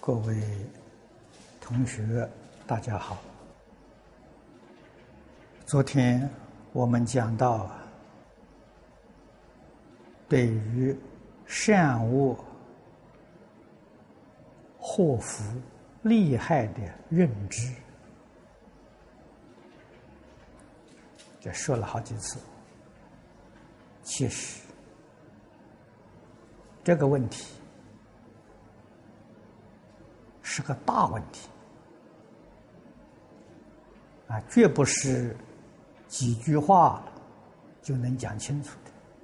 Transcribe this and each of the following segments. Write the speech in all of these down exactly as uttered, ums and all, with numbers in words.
各位同学，大家好。昨天我们讲到，对于善恶、祸福、利害的认知，这说了好几次。其实这个问题是个大问题啊，绝不是几句话了就能讲清楚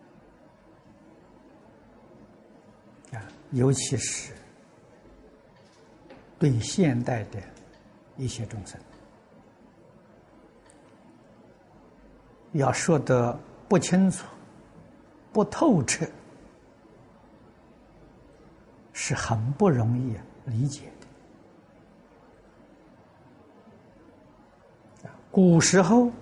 的啊，尤其是对现代的一些众生，要说得不清楚、不透彻，是很不容易理解的。古时候，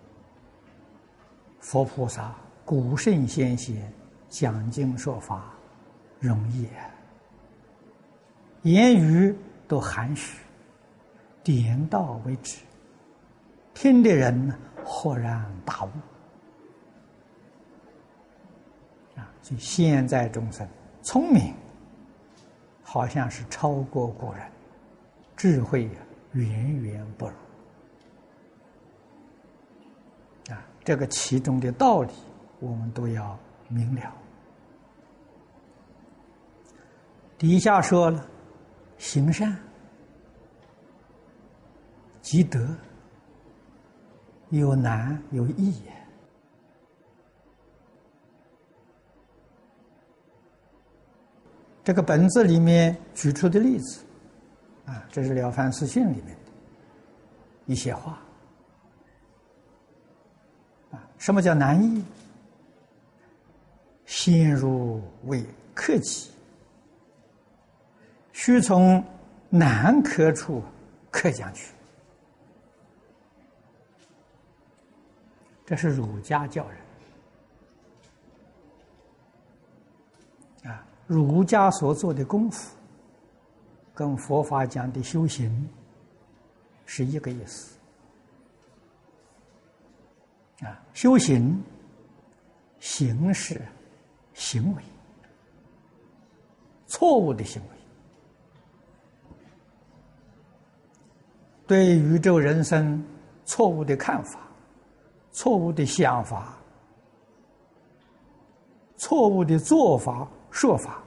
佛菩萨、古圣先贤讲经说法容易啊，言语都含蓄，点到为止，听的人豁然大悟啊！所以现在众生聪明，好像是超过古人，智慧远远不如啊！这个其中的道理，我们都要明了。底下说了，行善积德，有难有易。这个本子里面举出的例子啊，这是《了凡四训》里面的一些话啊。什么叫难易？先入为克己，须从难克处克将去。这是儒家教人啊，儒家所做的功夫，跟佛法讲的修行是一个意思啊。修行，行是行为，错误的行为，对宇宙人生错误的看法，错误的想法，错误的做法说法，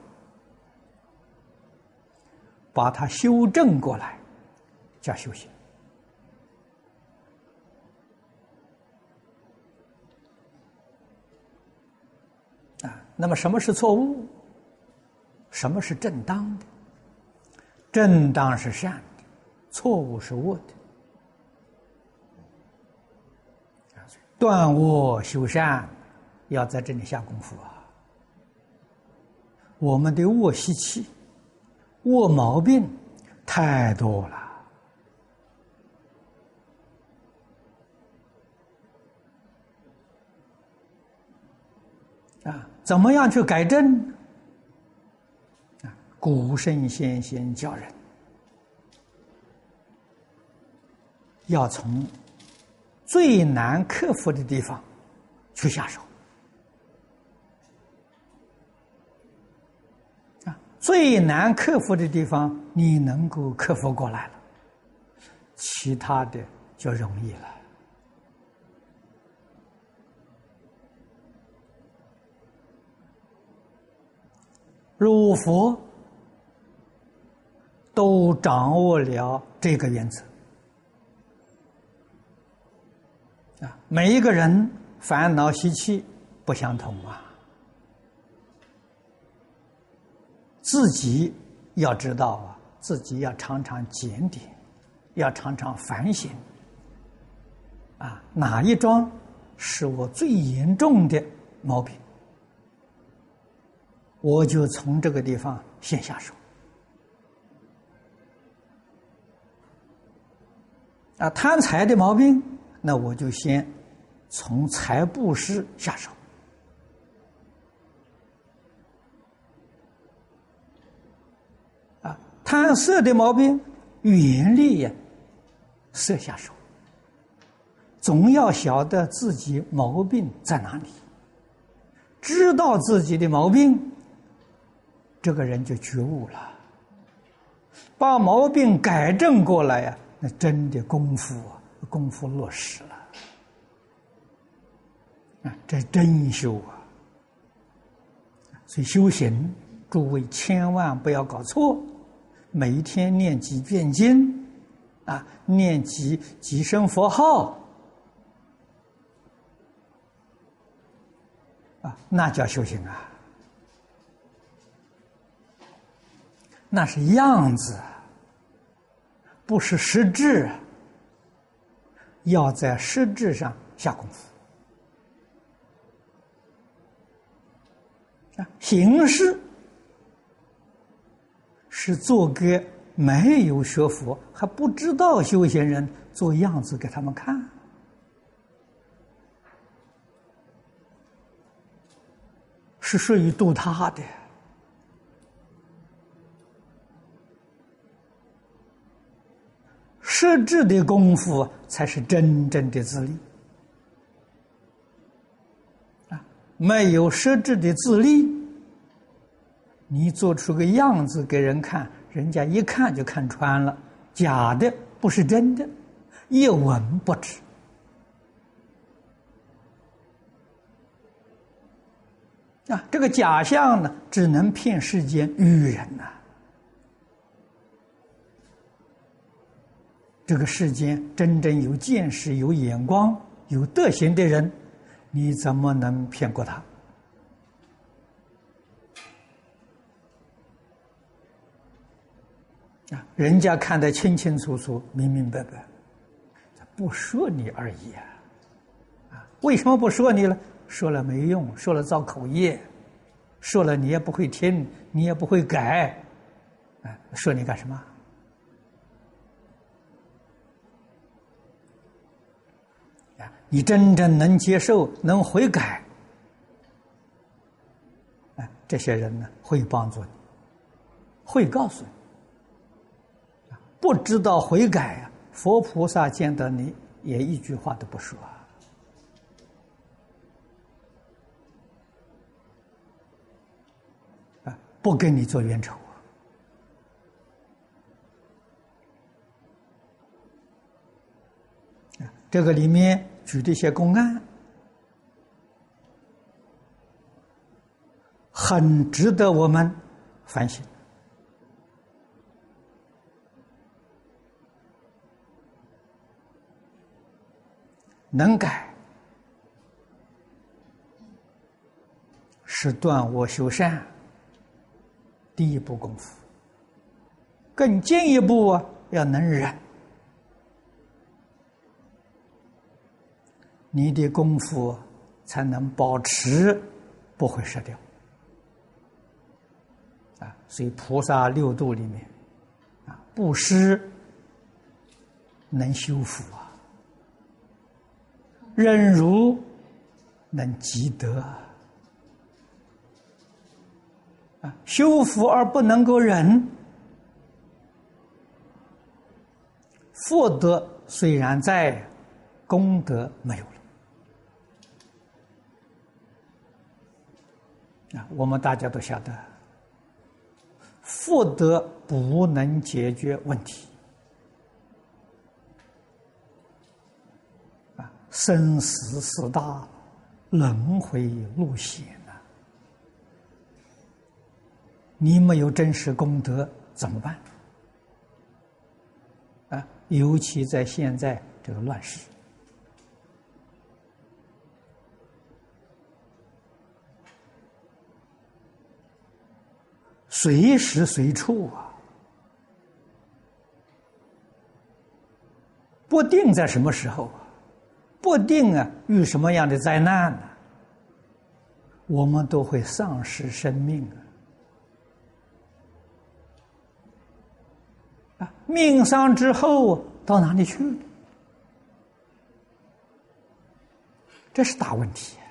把它修正过来，叫修行啊。那么什么是错误？什么是正当的？正当是善的，错误是恶的。断恶修善，要在这里下功夫啊！我们的恶习气、恶毛病太多了啊！怎么样去改正啊？古圣先贤教人要从最难克服的地方去下手啊！最难克服的地方你能够克服过来了，其他的就容易了。儒佛都掌握了这个原则啊，每一个人烦恼习气不相同啊，自己要知道啊，自己要常常检点，要常常反省啊，哪一桩是我最严重的毛病，我就从这个地方先下手啊。贪财的毛病，那我就先从财布施下手啊。 贪色的毛病，远离呀，色下手。总要晓得自己毛病在哪里，知道自己的毛病，这个人就觉悟了，把毛病改正过来呀，那真的功夫啊，功夫落实了啊，这真修啊！所以修行，诸位千万不要搞错，每一天念几遍经啊，念几几声佛号。啊，那叫修行啊，那是样子，不是实质。要在实质上下功夫啊，形式是做给没有学佛还不知道修行人做样子给他们看。是属于度他的，实质的功夫才是真正的自立啊！没有实质的自立，你做出个样子给人看，人家一看就看穿了，假的不是真的，一文不值。啊，这个假象呢，只能骗世间愚人呐、啊。这个世间真正有见识、有眼光、有德行的人，你怎么能骗过他？啊，人家看得清清楚楚、明明白白，不说你而已啊！啊，为什么不说你呢？说了没用，说了造口业，说了你也不会听，你也不会改，哎，说你干什么？啊，你真正能接受、能悔改，哎，这些人呢会帮助你，会告诉你。不知道悔改啊，佛菩萨见到你也一句话都不说。不跟你做冤仇啊！这个里面举的一些公案，很值得我们反省。能改是断我修善第一步功夫，更进一步啊，要能忍，你的功夫才能保持不会失掉啊。所以菩萨六度里面啊，布施能修福啊，忍辱能积德啊，修福而不能够忍，福德虽然在，功德没有了啊。我们大家都晓得，福德不能解决问题啊，生死四大，轮回路险。你没有真实功德怎么办？啊，尤其在现在这个乱世，随时随处啊，不定在什么时候啊，不定啊遇什么样的灾难呢、啊，我们都会丧失生命啊。啊，命丧之后到哪里去了？这是大问题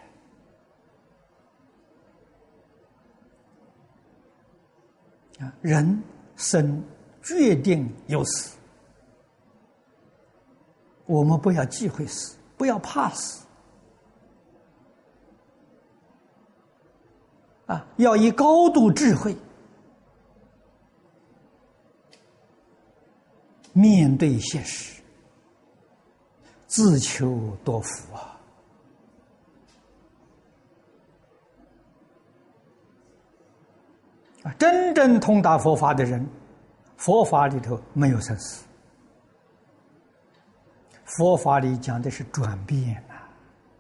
啊！人生决定有死。我们不要忌讳死，不要怕死，啊，要以高度智慧面对现实，自求多福啊！啊，真正通达佛法的人，佛法里头没有生死。佛法里讲的是转变呐、啊，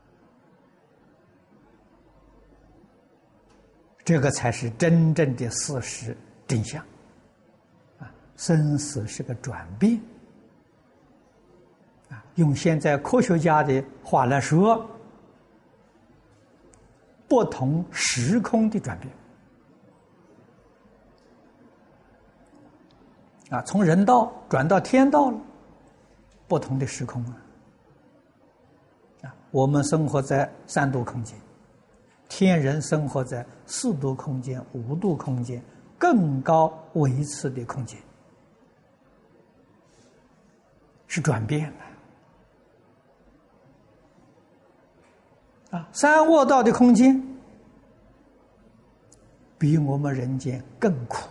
这个才是真正的事实真相啊！生死是个转变啊，用现在科学家的话来说，不同时空的转变啊，从人道转到天道了。不同的时空啊，啊，我们生活在三度空间，天人生活在四度空间、五度空间，更高维次的空间，是转变的啊。三卧道的空间比我们人间更苦。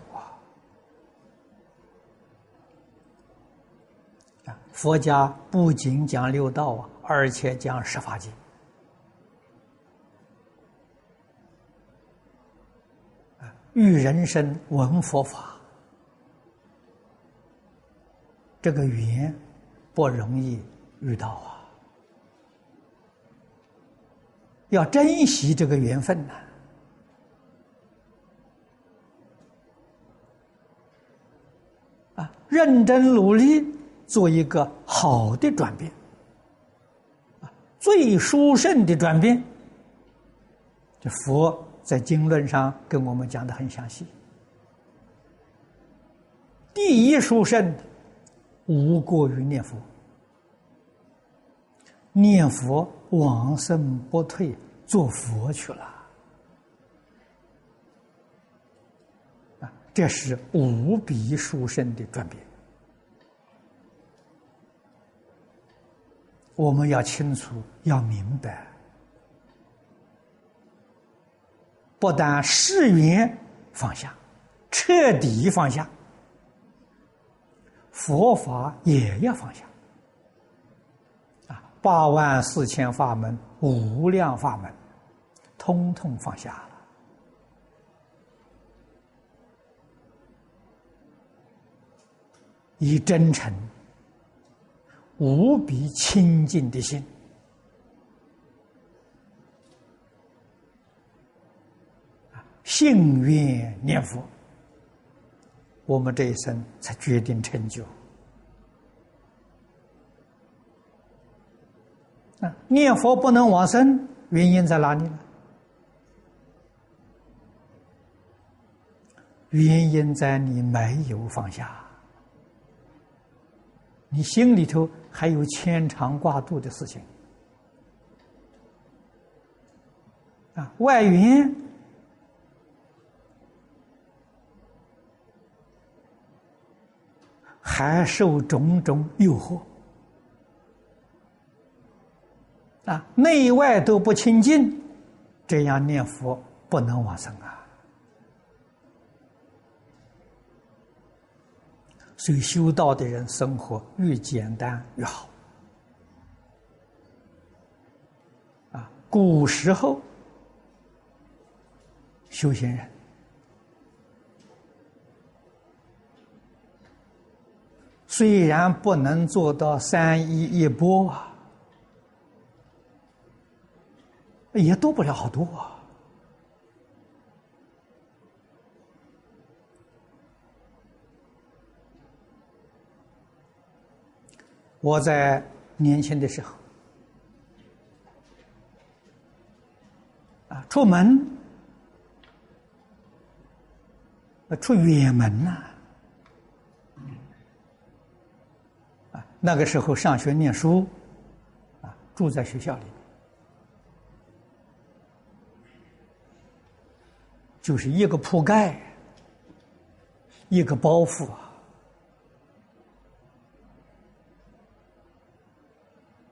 佛家不仅讲六道啊，而且讲十法界。啊，遇人生闻佛法，这个缘不容易遇到啊，要珍惜这个缘分呐、啊。啊，认真努力。做一个好的转变，最殊胜的转变，这佛在经论上跟我们讲的很详细。第一殊胜，无过于念佛，念佛往生不退，做佛去了啊！这是无比殊胜的转变。我们要清楚，要明白，不但誓愿放下，彻底放下，佛法也要放下。啊，八万四千法门，无量法门，通通放下了。以真诚无比清净的心，信愿念佛，我们这一生才决定成就。啊，念佛不能往生，原因在哪里呢？原因在你没有放下。你心里头还有牵肠挂肚的事情啊，外缘还受种种诱惑啊，内外都不清净，这样念佛不能往生啊。所以修道的人生活越简单越好啊！古时候修行人虽然不能做到三衣一钵啊，也多不了好多啊。我在年轻的时候啊，出门出远门呐、啊，那个时候上学念书啊，住在学校里，就是一个铺盖，一个包袱啊，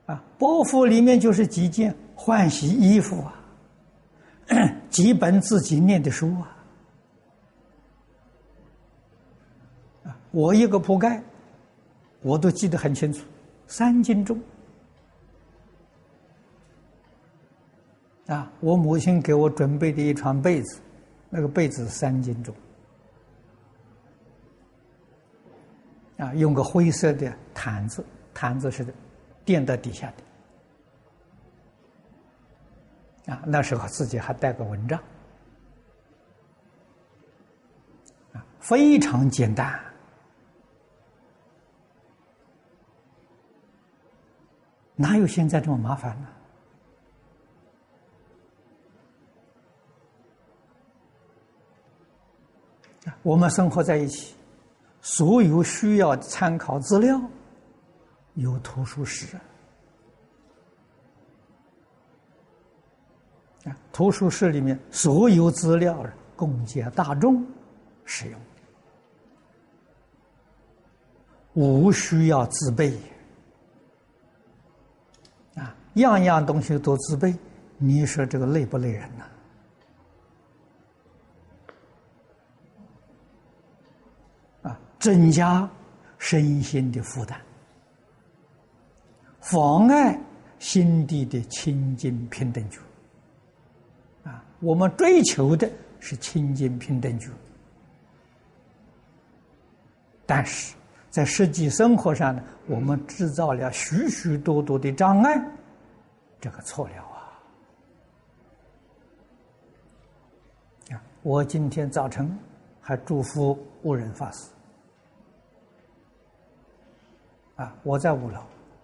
啊，包袱里面就是几件换洗衣服啊，几本自己念的书啊。啊，我一个铺盖，我都记得很清楚，三斤重。啊，我母亲给我准备的一床被子，那个被子三斤重。啊，用个灰色的毯子，毯子是垫在底下的。啊，那时候自己还带个蚊帐。啊，非常简单。哪有现在这么麻烦呢？我们生活在一起，所有需要参考资料有图书室啊，图书室里面所有资料供给大众使用，无需要自备啊，样样东西都自备，你说这个累不累人呢？增加身心的负担，妨碍心地的清净平等觉。啊，我们追求的是清净平等觉，但是在实际生活上呢，我们制造了许许多多的障碍，这个错了啊！啊，我今天早晨还祝福悟仁法师。啊，我在五楼，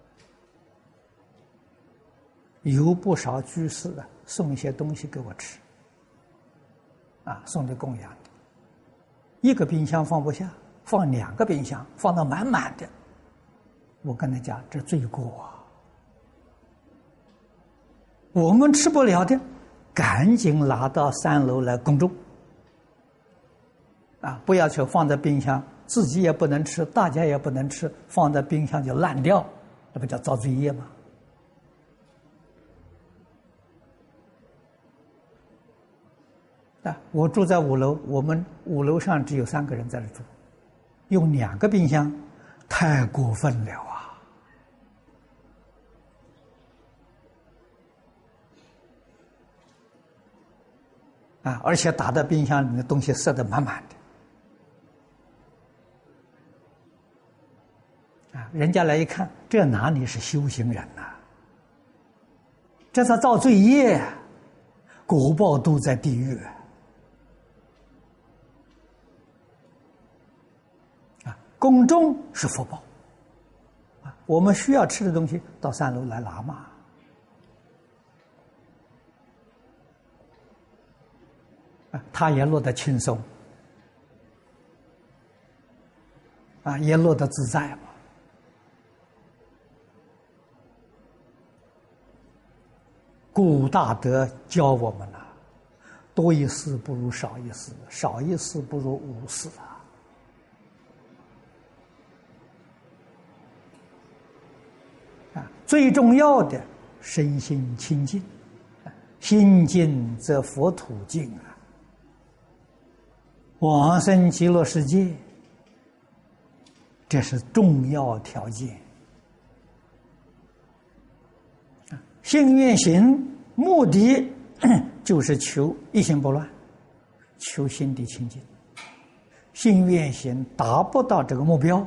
有不少居士啊送一些东西给我吃，啊，送的供养的，一个冰箱放不下，放两个冰箱，放到满满的。我跟他讲，这罪过啊！我们吃不了的，赶紧拿到三楼来供种，啊，不要去放在冰箱。自己也不能吃，大家也不能吃，放在冰箱就烂掉，那不叫造罪业吗？啊，我住在五楼，我们五楼上只有三个人在这住，用两个冰箱，太过分了啊！啊，而且打到冰箱里面的东西塞得满满的。啊，人家来一看，这哪里是修行人呐、啊？这是造罪业，果报都在地狱啊！供种是福报啊，我们需要吃的东西到三楼来拿嘛。啊，他也落得轻松啊，也落得自在嘛。古大德教我们了、啊，多一事不如少一事，少一事不如无事啊！啊，最重要的身心清净，心净则佛土净啊！往生极乐世界，这是重要条件。信愿行目的就是求一心不乱，求心地清净。信愿行达不到这个目标，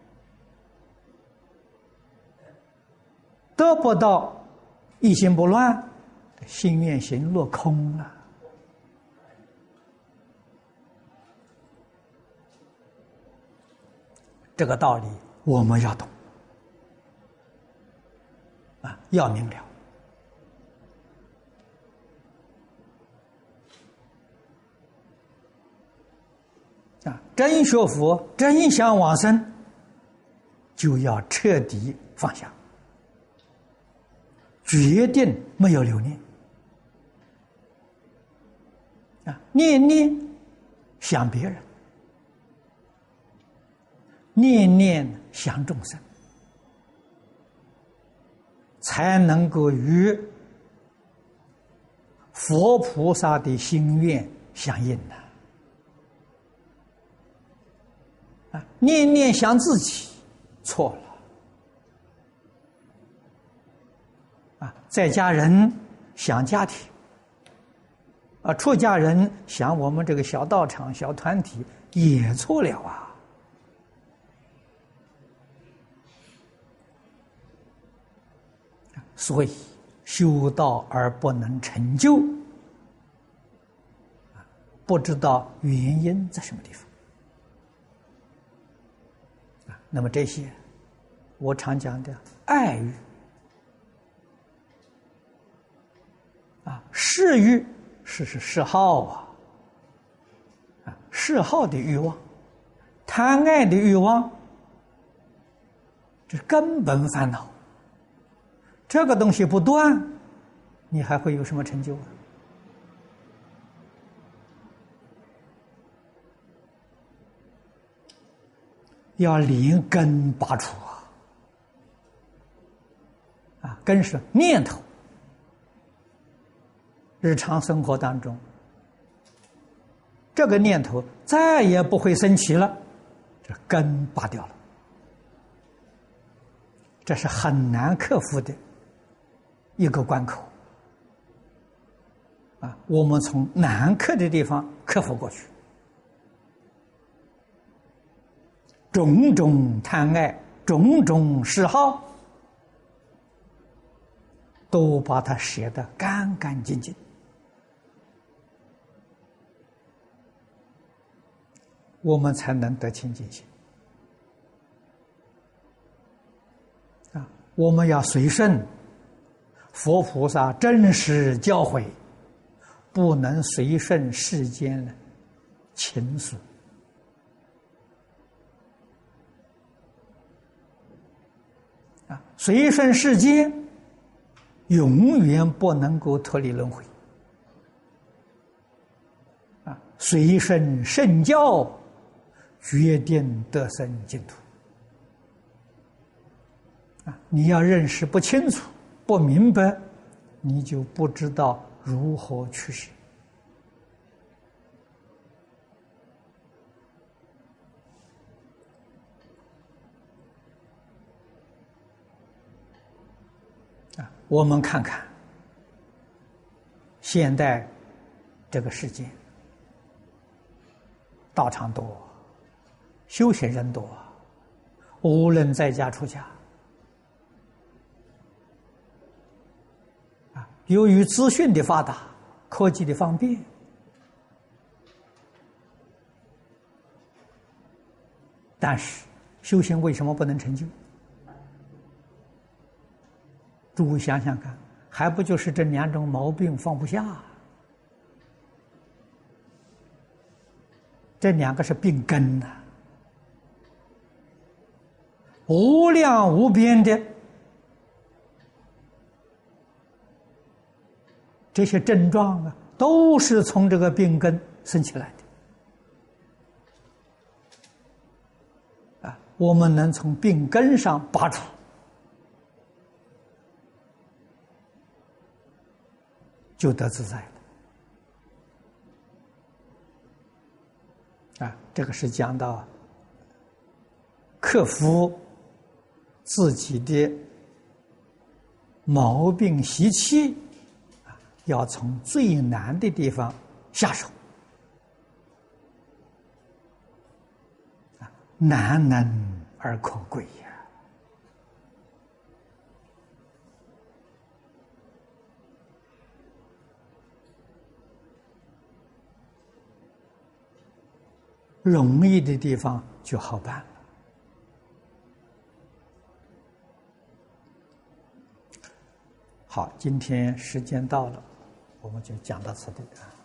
得不到一心不乱，信愿行落空了。这个道理我们要懂啊，要明了。啊，真学佛，真想往生，就要彻底放下，决定没有留念。啊，念念想别人，念念想众生， 才能够与佛菩萨的心愿相应呢。啊，念念想自己，错了。啊，在家人想家庭，啊，出家人想我们这个小道场、小团体，也错了啊。所以修道而不能成就，不知道原因在什么地方。啊，那么这些我常讲的爱欲啊，嗜欲是是嗜好啊，啊，嗜好的欲望，贪爱的欲望，这是根本烦恼。这个东西不断，你还会有什么成就啊？要连根拔除啊！啊，根是念头。日常生活当中，这个念头再也不会升起了，这根拔掉了，这是很难克服的一个关口啊！我们从难克的地方克服过去，种种贪爱、种种嗜好，都把它舍得干干净净，我们才能得清净心啊！我们要随顺佛菩萨真实教诲，不能随顺世间的情愫啊！随顺世间，永远不能够脱离轮回啊！随顺圣教，决定得生净土啊！你要认识不清楚、不明白，你就不知道如何去学啊！我们看看现代这个世界，道场多，修行人多，无论在家出家啊，由于资讯的发达，科技的方便，但是修行为什么不能成就？诸位想想看，还不就是这两种毛病放不下？这两个是病根呐、啊，无量无边的这些症状啊，都是从这个病根生起来的啊！我们能从病根上拔除，就得自在了啊！这个是讲到克服自己的毛病习气啊，要从最难的地方下手啊，难能而可贵呀！容易的地方就好办了。好，今天时间到了，我们就讲到此地啊。